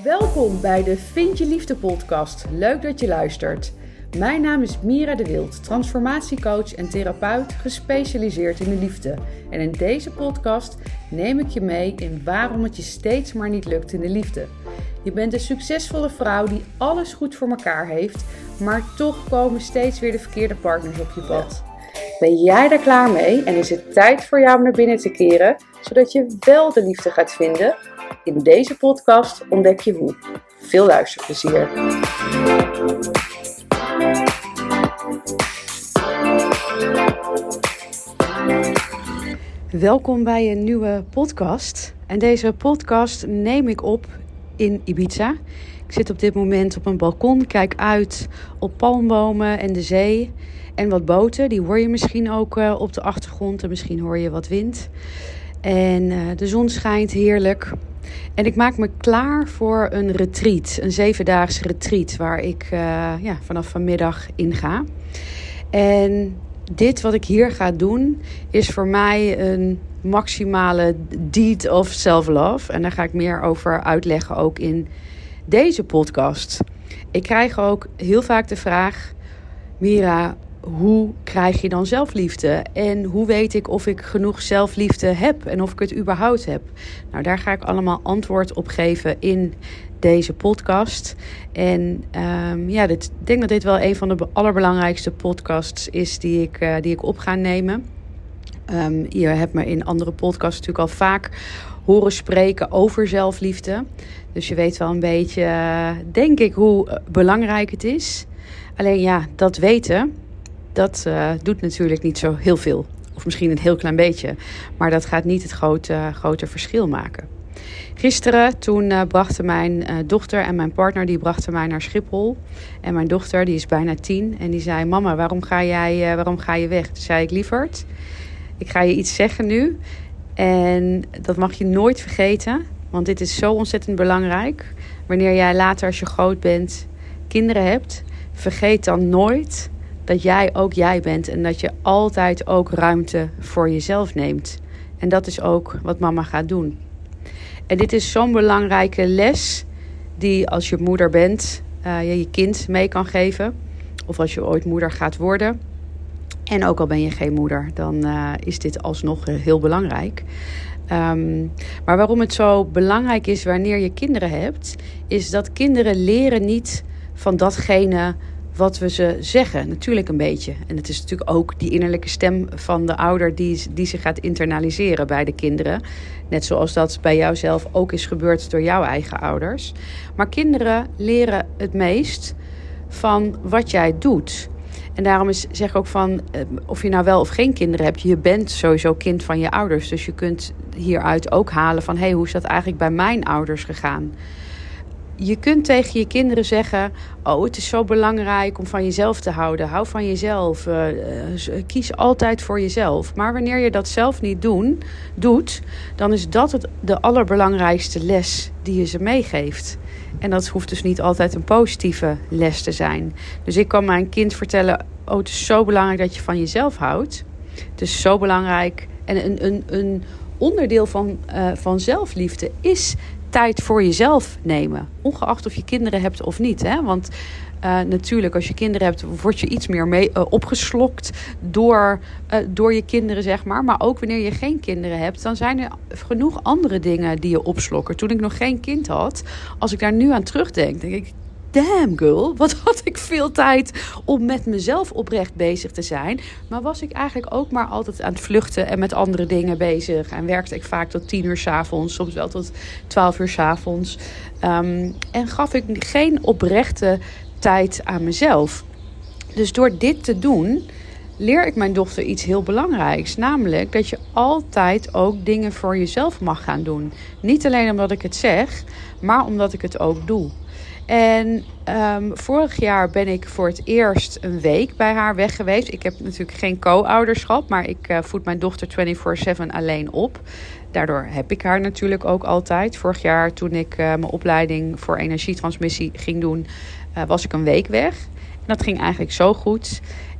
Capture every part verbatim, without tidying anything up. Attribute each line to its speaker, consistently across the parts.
Speaker 1: Welkom bij de Vind je Liefde podcast. Leuk dat je luistert. Mijn naam is Mira de Wild, transformatiecoach en therapeut gespecialiseerd in de liefde. En in deze podcast neem ik je mee in waarom het je steeds maar niet lukt in de liefde. Je bent een succesvolle vrouw die alles goed voor elkaar heeft, maar toch komen steeds weer de verkeerde partners op je pad. Ben jij daar klaar mee en is het tijd voor jou om naar binnen te keren, zodat je wel de liefde gaat vinden? In deze podcast ontdek je hoe. Veel luisterplezier. Welkom bij een nieuwe podcast. En deze podcast neem ik op in Ibiza. Ik zit op dit moment op een balkon, kijk uit op palmbomen en de zee en wat boten. Die hoor je misschien ook uh, op de achtergrond en misschien hoor je wat wind. En uh, de zon schijnt heerlijk. En ik maak me klaar voor een retreat, een zevendaagse retreat waar ik uh, ja, vanaf vanmiddag inga. En dit wat ik hier ga doen is voor mij een maximale deed of self-love. En daar ga ik meer over uitleggen ook in deze podcast. Ik krijg ook heel vaak de vraag: Mira, hoe krijg je dan zelfliefde? En hoe weet ik of ik genoeg zelfliefde heb en of ik het überhaupt heb? Nou, daar ga ik allemaal antwoord op geven in deze podcast. En um, ja, dit, ik denk dat dit wel een van de allerbelangrijkste podcasts is die ik, uh, die ik op ga nemen. Um, je hebt me in andere podcasts natuurlijk al vaak horen spreken over zelfliefde. Dus je weet wel een beetje, uh, denk ik, hoe belangrijk het is. Alleen ja, dat weten, dat uh, doet natuurlijk niet zo heel veel. Of misschien een heel klein beetje. Maar dat gaat niet het grote, grote verschil maken. Gisteren toen uh, brachten mijn uh, dochter en mijn partner, die brachten mij naar Schiphol. En mijn dochter, die is bijna tien. En die zei: mama, waarom ga jij, uh, waarom ga je weg? Toen zei ik: lieverd, ik ga je iets zeggen nu. En dat mag je nooit vergeten. Want dit is zo ontzettend belangrijk. Wanneer jij later, als je groot bent, kinderen hebt, vergeet dan nooit dat jij ook jij bent. En dat je altijd ook ruimte voor jezelf neemt. En dat is ook wat mama gaat doen. En dit is zo'n belangrijke les die als je moeder bent, uh, je je kind mee kan geven. Of als je ooit moeder gaat worden. En ook al ben je geen moeder, dan uh, is dit alsnog heel belangrijk. Um, maar waarom het zo belangrijk is wanneer je kinderen hebt, is dat kinderen leren niet van datgene wat we ze zeggen. Natuurlijk een beetje. En het is natuurlijk ook die innerlijke stem van de ouder die, die zich gaat internaliseren bij de kinderen. Net zoals dat bij jouzelf ook is gebeurd door jouw eigen ouders. Maar kinderen leren het meest van wat jij doet. En daarom is, zeg ik ook van, of je nou wel of geen kinderen hebt, je bent sowieso kind van je ouders. Dus je kunt hieruit ook halen van, hé, hey, hoe is dat eigenlijk bij mijn ouders gegaan? Je kunt tegen je kinderen zeggen: oh, het is zo belangrijk om van jezelf te houden. Hou van jezelf. Uh, kies altijd voor jezelf. Maar wanneer je dat zelf niet doen, doet, dan is dat het, de allerbelangrijkste les die je ze meegeeft. En dat hoeft dus niet altijd een positieve les te zijn. Dus ik kan mijn kind vertellen: oh, het is zo belangrijk dat je van jezelf houdt. Het is zo belangrijk. En een, een, een onderdeel van, uh, van zelfliefde is tijd voor jezelf nemen. Ongeacht of je kinderen hebt of niet. Hè? Want uh, natuurlijk, als je kinderen hebt, word je iets meer mee, uh, opgeslokt door, uh, door je kinderen, zeg maar. Maar ook wanneer je geen kinderen hebt, dan zijn er genoeg andere dingen die je opslokken. Toen ik nog geen kind had, als ik daar nu aan terugdenk, denk ik: damn girl, wat had ik veel tijd om met mezelf oprecht bezig te zijn. Maar was ik eigenlijk ook maar altijd aan het vluchten en met andere dingen bezig. En werkte ik vaak tot tien uur 's avonds, soms wel tot twaalf uur 's avonds. Um, en gaf ik geen oprechte tijd aan mezelf. Dus door dit te doen, leer ik mijn dochter iets heel belangrijks. Namelijk dat je altijd ook dingen voor jezelf mag gaan doen. Niet alleen omdat ik het zeg, maar omdat ik het ook doe. En um, vorig jaar ben ik voor het eerst een week bij haar weg geweest. Ik heb natuurlijk geen co-ouderschap, maar ik uh, voed mijn dochter vierentwintig zeven alleen op. Daardoor heb ik haar natuurlijk ook altijd. Vorig jaar toen ik uh, mijn opleiding voor energietransmissie ging doen, uh, was ik een week weg. En dat ging eigenlijk zo goed.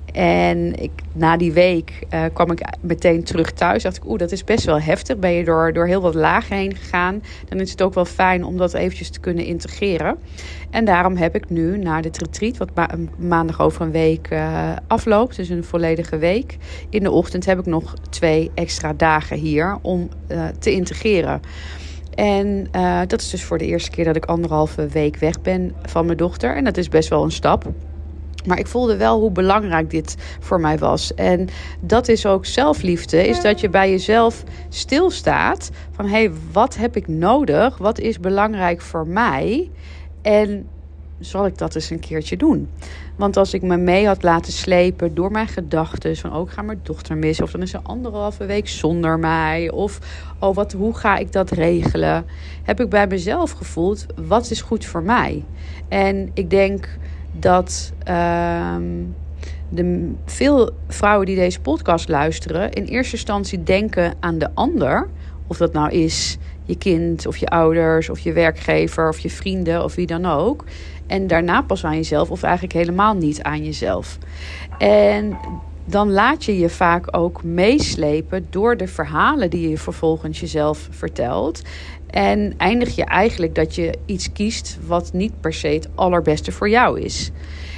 Speaker 1: En ik, na die week uh, kwam ik meteen terug thuis. Dacht ik, oeh, dat is best wel heftig. Ben je door, door heel wat lagen heen gegaan. Dan is het ook wel fijn om dat eventjes te kunnen integreren. En daarom heb ik nu na dit retreat, wat ma- maandag over een week uh, afloopt, dus een volledige week. In de ochtend heb ik nog twee extra dagen hier om uh, te integreren. En uh, dat is dus voor de eerste keer dat ik anderhalve week weg ben van mijn dochter. En dat is best wel een stap. Maar ik voelde wel hoe belangrijk dit voor mij was. En dat is ook zelfliefde. Is dat je bij jezelf stilstaat. Van hé, hey, wat heb ik nodig? Wat is belangrijk voor mij? En zal ik dat eens een keertje doen? Want als ik me mee had laten slepen door mijn gedachten. Van oh, ik ga mijn dochter missen. Of dan is ze anderhalve week zonder mij. Of oh, wat, hoe ga ik dat regelen? Heb ik bij mezelf gevoeld, wat is goed voor mij? En ik denk dat uh, de, veel vrouwen die deze podcast luisteren in eerste instantie denken aan de ander. Of dat nou is je kind of je ouders of je werkgever of je vrienden of wie dan ook. En daarna pas aan jezelf of eigenlijk helemaal niet aan jezelf. En dan laat je je vaak ook meeslepen door de verhalen die je vervolgens jezelf vertelt. En eindig je eigenlijk dat je iets kiest wat niet per se het allerbeste voor jou is.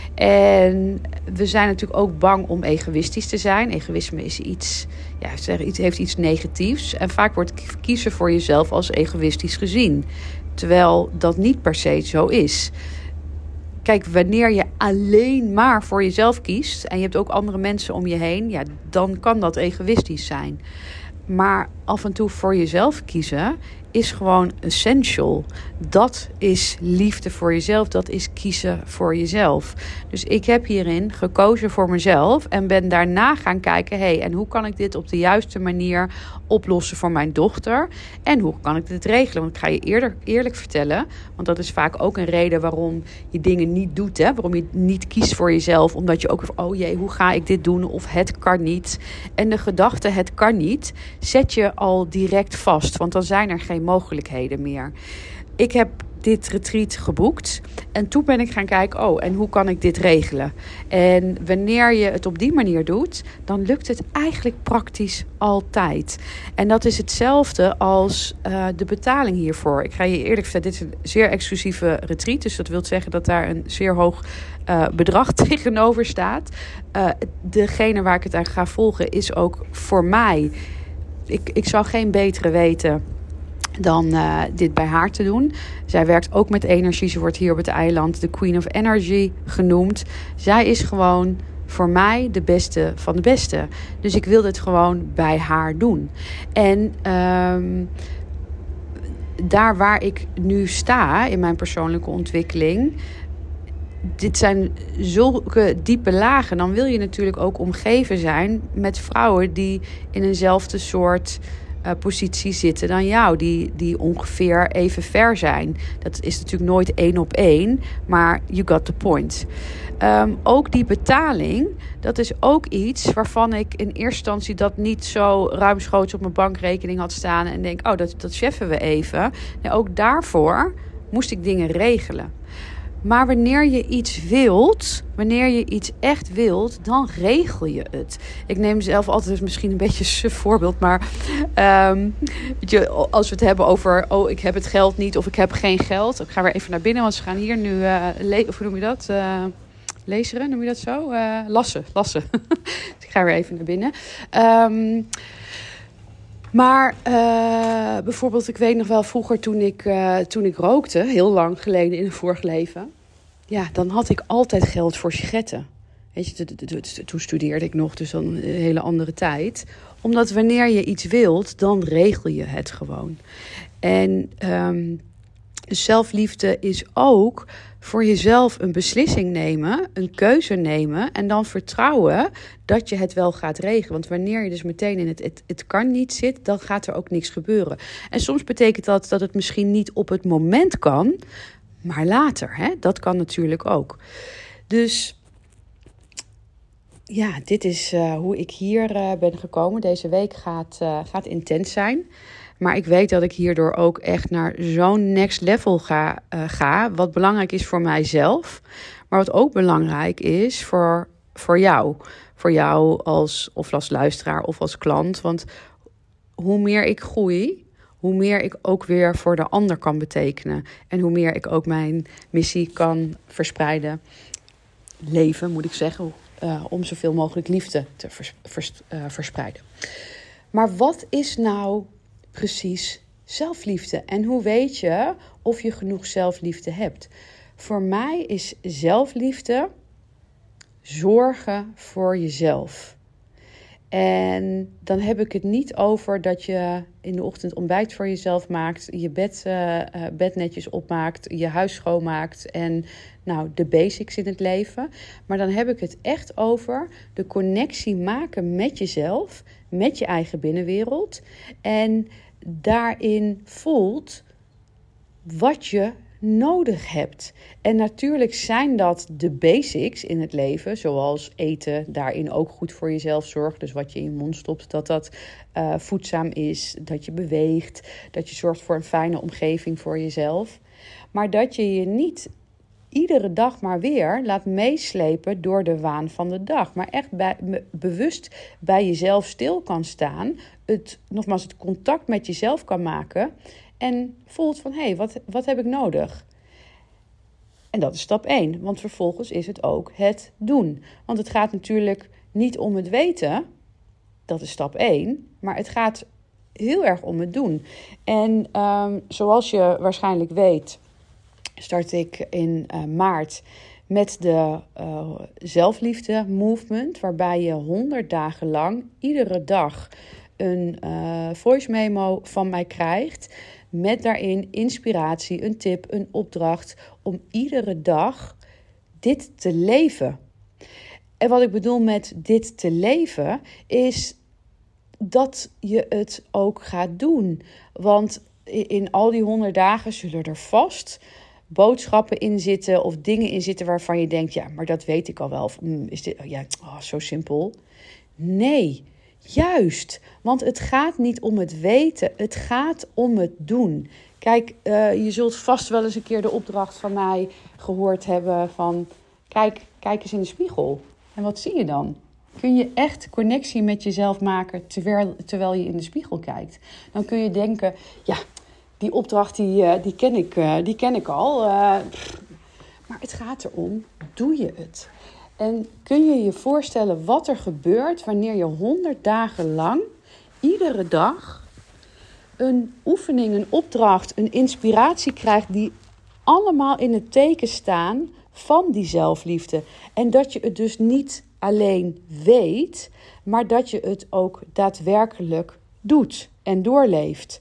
Speaker 1: En we zijn natuurlijk ook bang om egoïstisch te zijn. Egoïsme is iets, ja, heeft iets negatiefs. En vaak wordt kiezen voor jezelf als egoïstisch gezien. Terwijl dat niet per se zo is. Kijk, wanneer je alleen maar voor jezelf kiest en je hebt ook andere mensen om je heen, ja, dan kan dat egoïstisch zijn. Maar af en toe voor jezelf kiezen is gewoon essential. Dat is liefde voor jezelf. Dat is kiezen voor jezelf. Dus ik heb hierin gekozen voor mezelf en ben daarna gaan kijken, hey, en hoe kan ik dit op de juiste manier oplossen voor mijn dochter? En hoe kan ik dit regelen? Want ik ga je eerder, eerlijk vertellen, want dat is vaak ook een reden waarom je dingen niet doet, hè? Waarom je niet kiest voor jezelf, omdat je ook, oh jee, hoe ga ik dit doen? Of het kan niet. En de gedachte, het kan niet, zet je al direct vast, want dan zijn er geen mogelijkheden meer. Ik heb dit retreat geboekt en toen ben ik gaan kijken, oh, en hoe kan ik dit regelen? En wanneer je het op die manier doet, dan lukt het eigenlijk praktisch altijd. En dat is hetzelfde als uh, de betaling hiervoor. Ik ga je eerlijk vertellen, dit is een zeer exclusieve retreat, dus dat wil zeggen dat daar een zeer hoog uh, bedrag tegenover staat. Uh, degene waar ik het aan ga volgen is ook voor mij. Ik, ik zou geen betere weten dan uh, dit bij haar te doen. Zij werkt ook met energie. Ze wordt hier op het eiland de Queen of Energy genoemd. Zij is gewoon voor mij de beste van de beste. Dus ik wil dit gewoon bij haar doen. En um, daar waar ik nu sta in mijn persoonlijke ontwikkeling, dit zijn zulke diepe lagen. Dan wil je natuurlijk ook omgeven zijn met vrouwen die in eenzelfde soort Uh, positie zitten dan jou, die, die ongeveer even ver zijn. Dat is natuurlijk nooit één op één, maar you got the point. Um, ook die betaling, dat is ook iets waarvan ik in eerste instantie dat niet zo ruimschoots op mijn bankrekening had staan en denk, oh, dat, dat cheffen we even. Nee, ook daarvoor moest ik dingen regelen. Maar wanneer je iets wilt, wanneer je iets echt wilt, dan regel je het. Ik neem zelf altijd misschien een beetje een suf voorbeeld, maar um, weet je, als we het hebben over, oh, ik heb het geld niet of ik heb geen geld. Ik ga weer even naar binnen, want ze gaan hier nu, uh, le- of hoe noem je dat? Uh, Lezen, noem je dat zo? Uh, lassen, lassen. Dus ik ga weer even naar binnen. Um, Maar uh, bijvoorbeeld, ik weet nog wel vroeger toen ik, uh, toen ik rookte, heel lang geleden in een vorig leven, ja, dan had ik altijd geld voor sigaretten. Weet je, t- t- t- toen studeerde ik nog, dus dan een hele andere tijd. Omdat wanneer je iets wilt, dan regel je het gewoon. En um, zelfliefde is ook voor jezelf een beslissing nemen, een keuze nemen en dan vertrouwen dat je het wel gaat regelen. Want wanneer je dus meteen in het, het, het kan niet zit, dan gaat er ook niks gebeuren. En soms betekent dat dat het misschien niet op het moment kan, maar later. Hè? Dat kan natuurlijk ook. Dus ja, dit is uh, hoe ik hier uh, ben gekomen. Deze week gaat, uh, gaat intens zijn. Maar ik weet dat ik hierdoor ook echt naar zo'n next level ga, uh, ga. Wat belangrijk is voor mijzelf. Maar wat ook belangrijk is voor, voor jou. Voor jou als, of als luisteraar of als klant. Want hoe meer ik groei, hoe meer ik ook weer voor de ander kan betekenen. En hoe meer ik ook mijn missie kan verspreiden. Leven, moet ik zeggen. Uh, om zoveel mogelijk liefde te vers, vers, uh, verspreiden. Maar wat is nou precies zelfliefde? En hoe weet je of je genoeg zelfliefde hebt? Voor mij is zelfliefde zorgen voor jezelf. En dan heb ik het niet over dat je in de ochtend ontbijt voor jezelf maakt, je bed, uh, bed netjes opmaakt, je huis schoonmaakt en nou, de basics in het leven. Maar dan heb ik het echt over de connectie maken met jezelf, met je eigen binnenwereld. En daarin voelt wat je nodig hebt. En natuurlijk zijn dat de basics in het leven, zoals eten, daarin ook goed voor jezelf zorgt. Dus wat je in je mond stopt, dat dat uh, voedzaam is, dat je beweegt, dat je zorgt voor een fijne omgeving voor jezelf. Maar dat je je niet iedere dag maar weer laat meeslepen door de waan van de dag. Maar echt bij, bewust bij jezelf stil kan staan. Het, nogmaals, het contact met jezelf kan maken. En voelt van, hé, hey, wat, wat heb ik nodig? En dat is stap één. Want vervolgens is het ook het doen. Want het gaat natuurlijk niet om het weten. Dat is stap één. Maar het gaat heel erg om het doen. En um, zoals je waarschijnlijk weet, start ik in uh, maart met de uh, zelfliefde movement. Waarbij je honderd dagen lang iedere dag een uh, voice memo van mij krijgt. Met daarin inspiratie, een tip, een opdracht om iedere dag dit te leven. En wat ik bedoel met dit te leven is dat je het ook gaat doen. Want in al die honderd dagen zullen er vast boodschappen in zitten of dingen in zitten waarvan je denkt, ja, maar dat weet ik al wel. Of, mm, is dit, oh ja, oh, zo simpel. Nee, juist. Want het gaat niet om het weten, het gaat om het doen. Kijk, uh, je zult vast wel eens een keer de opdracht van mij gehoord hebben van, kijk, kijk eens in de spiegel. En wat zie je dan? Kun je echt connectie met jezelf maken terwijl, terwijl je in de spiegel kijkt? Dan kun je denken, ja, die opdracht die, die, ken, ik, die ken ik al. Uh, maar het gaat erom, doe je het? En kun je je voorstellen wat er gebeurt wanneer je honderd dagen lang, iedere dag, een oefening, een opdracht, een inspiratie krijgt die allemaal in het teken staan van die zelfliefde. En dat je het dus niet alleen weet, maar dat je het ook daadwerkelijk doet en doorleeft.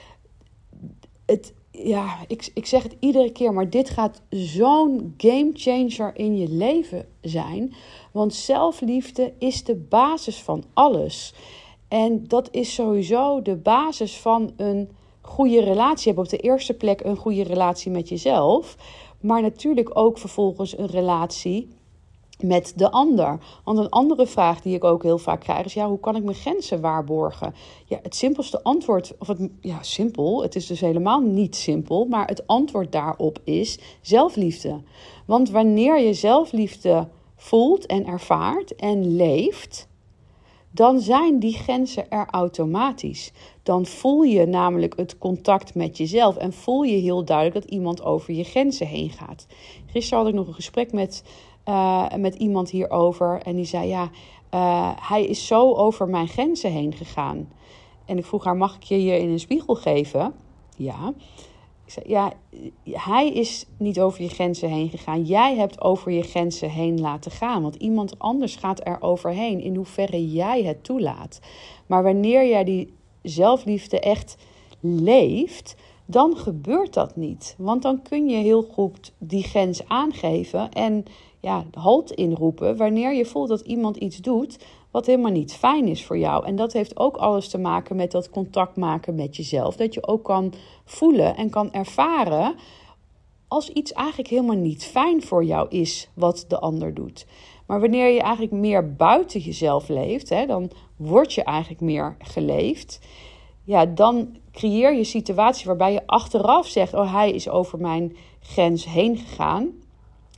Speaker 1: Het, ja, ik, ik zeg het iedere keer, maar dit gaat zo'n gamechanger in je leven zijn. Want zelfliefde is de basis van alles. En dat is sowieso de basis van een goede relatie. Je hebt op de eerste plek een goede relatie met jezelf. Maar natuurlijk ook vervolgens een relatie met de ander. Want een andere vraag die ik ook heel vaak krijg is, ja, hoe kan ik mijn grenzen waarborgen? Ja, het simpelste antwoord, of het, ja, simpel, het is dus helemaal niet simpel, maar het antwoord daarop is zelfliefde. Want wanneer je zelfliefde voelt en ervaart en leeft, dan zijn die grenzen er automatisch. Dan voel je namelijk het contact met jezelf en voel je heel duidelijk dat iemand over je grenzen heen gaat. Gisteren had ik nog een gesprek met Uh, met iemand hierover. En die zei, ja, uh, hij is zo over mijn grenzen heen gegaan. En ik vroeg haar, mag ik je hier in een spiegel geven? Ja. Ik zei, ja, hij is niet over je grenzen heen gegaan. Jij hebt over je grenzen heen laten gaan. Want iemand anders gaat er overheen in hoeverre jij het toelaat. Maar wanneer jij die zelfliefde echt leeft, dan gebeurt dat niet. Want dan kun je heel goed die grens aangeven en ja, halt inroepen wanneer je voelt dat iemand iets doet wat helemaal niet fijn is voor jou. En dat heeft ook alles te maken met dat contact maken met jezelf. Dat je ook kan voelen en kan ervaren als iets eigenlijk helemaal niet fijn voor jou is wat de ander doet. Maar wanneer je eigenlijk meer buiten jezelf leeft, hè, dan word je eigenlijk meer geleefd. Ja, dan creëer je een situatie waarbij je achteraf zegt, oh, hij is over mijn grens heen gegaan.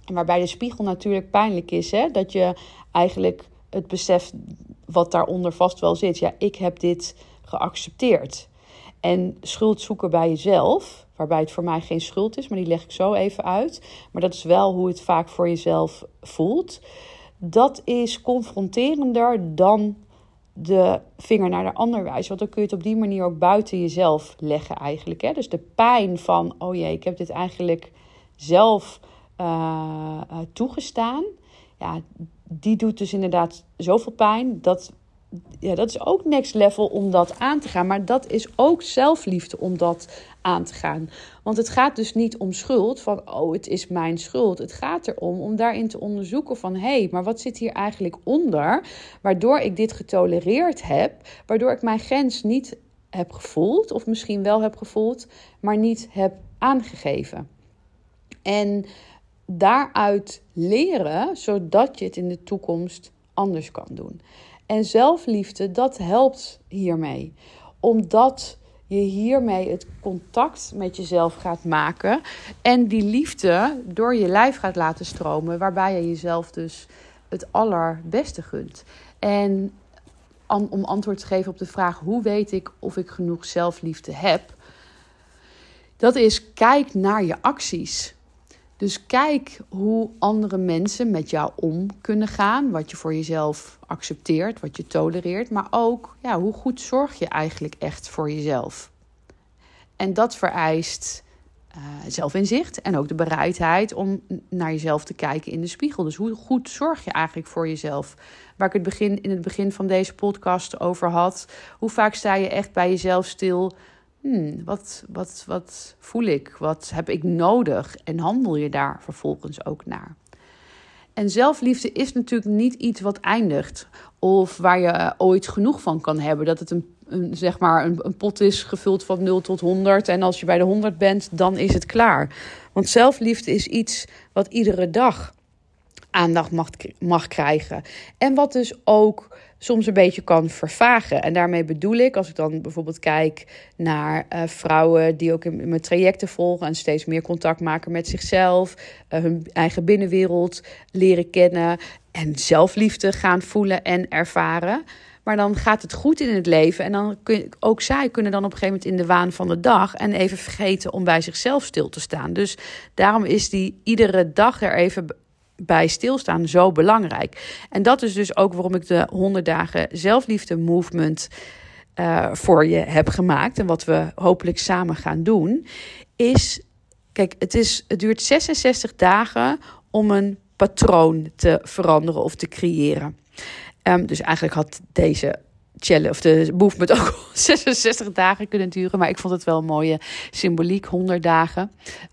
Speaker 1: Waarbij de spiegel natuurlijk pijnlijk is. Hè? Dat je eigenlijk het beseft wat daaronder vast wel zit. Ja, ik heb dit geaccepteerd. En schuld zoeken bij jezelf, waarbij het voor mij geen schuld is, maar die leg ik zo even uit. Maar dat is wel hoe het vaak voor jezelf voelt. Dat is confronterender dan de vinger naar de ander wijzen. Want dan kun je het op die manier ook buiten jezelf leggen eigenlijk. Hè? Dus de pijn van, oh jee, ik heb dit eigenlijk zelf uh, uh, toegestaan. Ja, die doet dus inderdaad zoveel pijn. Dat, ja, dat is ook next level om dat aan te gaan. Maar dat is ook zelfliefde om dat aan te gaan. Want het gaat dus niet om schuld. Van, oh, het is mijn schuld. Het gaat erom om daarin te onderzoeken van, hé, hey, maar wat zit hier eigenlijk onder? Waardoor ik dit getolereerd heb. Waardoor ik mijn grens niet heb gevoeld. Of misschien wel heb gevoeld, maar niet heb aangegeven. En daaruit leren, zodat je het in de toekomst anders kan doen. En zelfliefde, dat helpt hiermee. Omdat je hiermee het contact met jezelf gaat maken. En die liefde door je lijf gaat laten stromen. Waarbij je jezelf dus het allerbeste gunt. En om antwoord te geven op de vraag, hoe weet ik of ik genoeg zelfliefde heb? Dat is, kijk naar je acties. Dus kijk hoe andere mensen met jou om kunnen gaan. Wat je voor jezelf accepteert, wat je tolereert. Maar ook, ja, hoe goed zorg je eigenlijk echt voor jezelf? En dat vereist uh, zelfinzicht en ook de bereidheid om naar jezelf te kijken in de spiegel. Dus hoe goed zorg je eigenlijk voor jezelf? Waar ik het begin, in het begin van deze podcast over had. Hoe vaak sta je echt bij jezelf stil? Hmm, wat, wat, wat voel ik? Wat heb ik nodig? En handel je daar vervolgens ook naar? En zelfliefde is natuurlijk niet iets wat eindigt. Of waar je ooit genoeg van kan hebben. Dat het een, een, zeg maar een, een pot is gevuld van nul tot honderd. En als je bij de honderd bent, dan is het klaar. Want zelfliefde is iets wat iedere dag aandacht mag, mag krijgen. En wat dus ook soms een beetje kan vervagen. En daarmee bedoel ik, als ik dan bijvoorbeeld kijk naar uh, vrouwen die ook in, in mijn trajecten volgen en steeds meer contact maken met zichzelf, uh, hun eigen binnenwereld leren kennen en zelfliefde gaan voelen en ervaren. Maar dan gaat het goed in het leven en dan kun, ook zij kunnen dan op een gegeven moment in de waan van de dag en even vergeten om bij zichzelf stil te staan. Dus daarom is die iedere dag er even bij stilstaan zo belangrijk. En dat is dus ook waarom ik de honderd dagen zelfliefde movement uh, voor je heb gemaakt. En wat we hopelijk samen gaan doen. Is, kijk, het, is, het duurt zesenzestig dagen om een patroon te veranderen of te creëren. Um, dus eigenlijk had deze challenge of de movement ook zesenzestig dagen kunnen duren. Maar ik vond het wel een mooie symboliek, honderd dagen.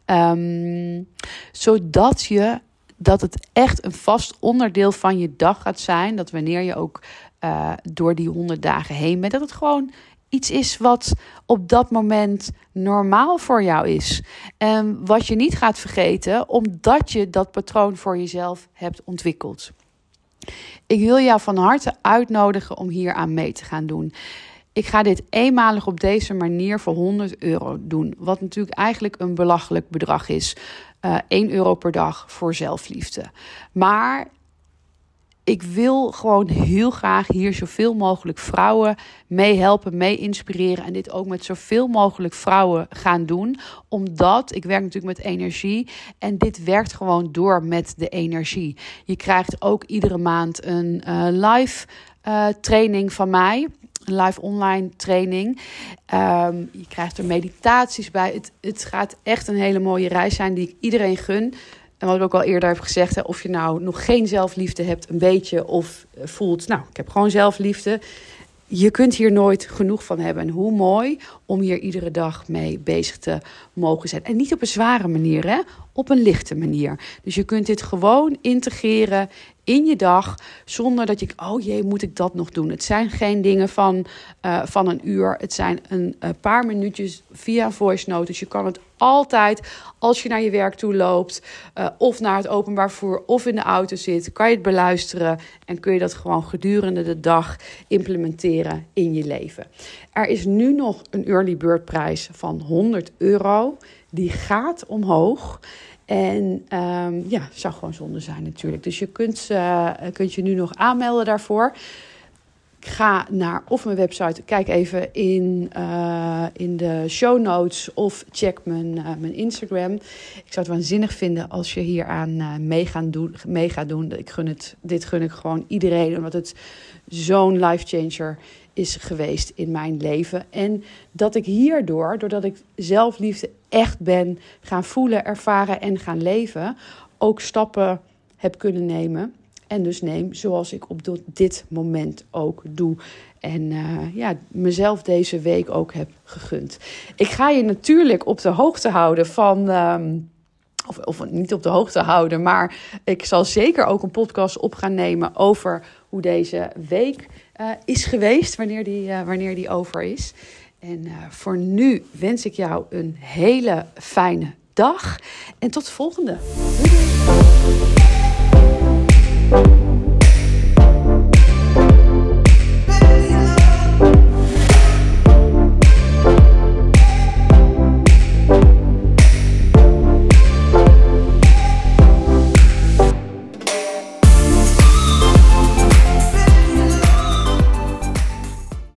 Speaker 1: Um, zodat je dat het echt een vast onderdeel van je dag gaat zijn. Dat wanneer je ook uh, door die honderd dagen heen bent, dat het gewoon iets is wat op dat moment normaal voor jou is. En wat je niet gaat vergeten, omdat je dat patroon voor jezelf hebt ontwikkeld. Ik wil jou van harte uitnodigen om hier aan mee te gaan doen. Ik ga dit eenmalig op deze manier voor honderd euro doen. Wat natuurlijk eigenlijk een belachelijk bedrag is. Uh, één euro per dag voor zelfliefde. Maar ik wil gewoon heel graag hier zoveel mogelijk vrouwen mee helpen, mee inspireren. En dit ook met zoveel mogelijk vrouwen gaan doen. Omdat ik werk natuurlijk met energie. En dit werkt gewoon door met de energie. Je krijgt ook iedere maand een uh, live uh, training van mij. Een live online training. Um, je krijgt er meditaties bij. Het, het gaat echt een hele mooie reis zijn die ik iedereen gun. En wat ik ook al eerder heb gezegd, hè, of je nou nog geen zelfliefde hebt, een beetje, of voelt, nou, ik heb gewoon zelfliefde. Je kunt hier nooit genoeg van hebben. En hoe mooi om hier iedere dag mee bezig te mogen zijn. En niet op een zware manier, hè? Op een lichte manier. Dus je kunt dit gewoon integreren in je dag, zonder dat je, oh jee, moet ik dat nog doen? Het zijn geen dingen van, uh, van een uur. Het zijn een uh, paar minuutjes via voice note. Dus je kan het altijd, als je naar je werk toe loopt, uh, of naar het openbaar vervoer, of in de auto zit, kan je het beluisteren en kun je dat gewoon gedurende de dag implementeren in je leven. Er is nu nog een early bird prijs van honderd euro. Die gaat omhoog. En um, ja, zou gewoon zonde zijn natuurlijk. Dus je kunt, uh, kunt je nu nog aanmelden daarvoor. Ga naar of mijn website, kijk even in, uh, in de show notes of check mijn, uh, mijn Instagram. Ik zou het waanzinnig vinden als je hier aan uh, mee, gaan doen, mee gaat doen. Ik gun het, dit gun ik gewoon iedereen, omdat het zo'n life changer is geweest in mijn leven. En dat ik hierdoor, doordat ik zelfliefde echt ben gaan voelen, ervaren en gaan leven, ook stappen heb kunnen nemen. En dus neem zoals ik op dit moment ook doe. En uh, ja, mezelf deze week ook heb gegund. Ik ga je natuurlijk op de hoogte houden van... Um, of, of niet op de hoogte houden, maar ik zal zeker ook een podcast op gaan nemen over hoe deze week uh, is geweest. Wanneer die, uh, wanneer die over is. En uh, voor nu wens ik jou een hele fijne dag. En tot de volgende. Doei doei.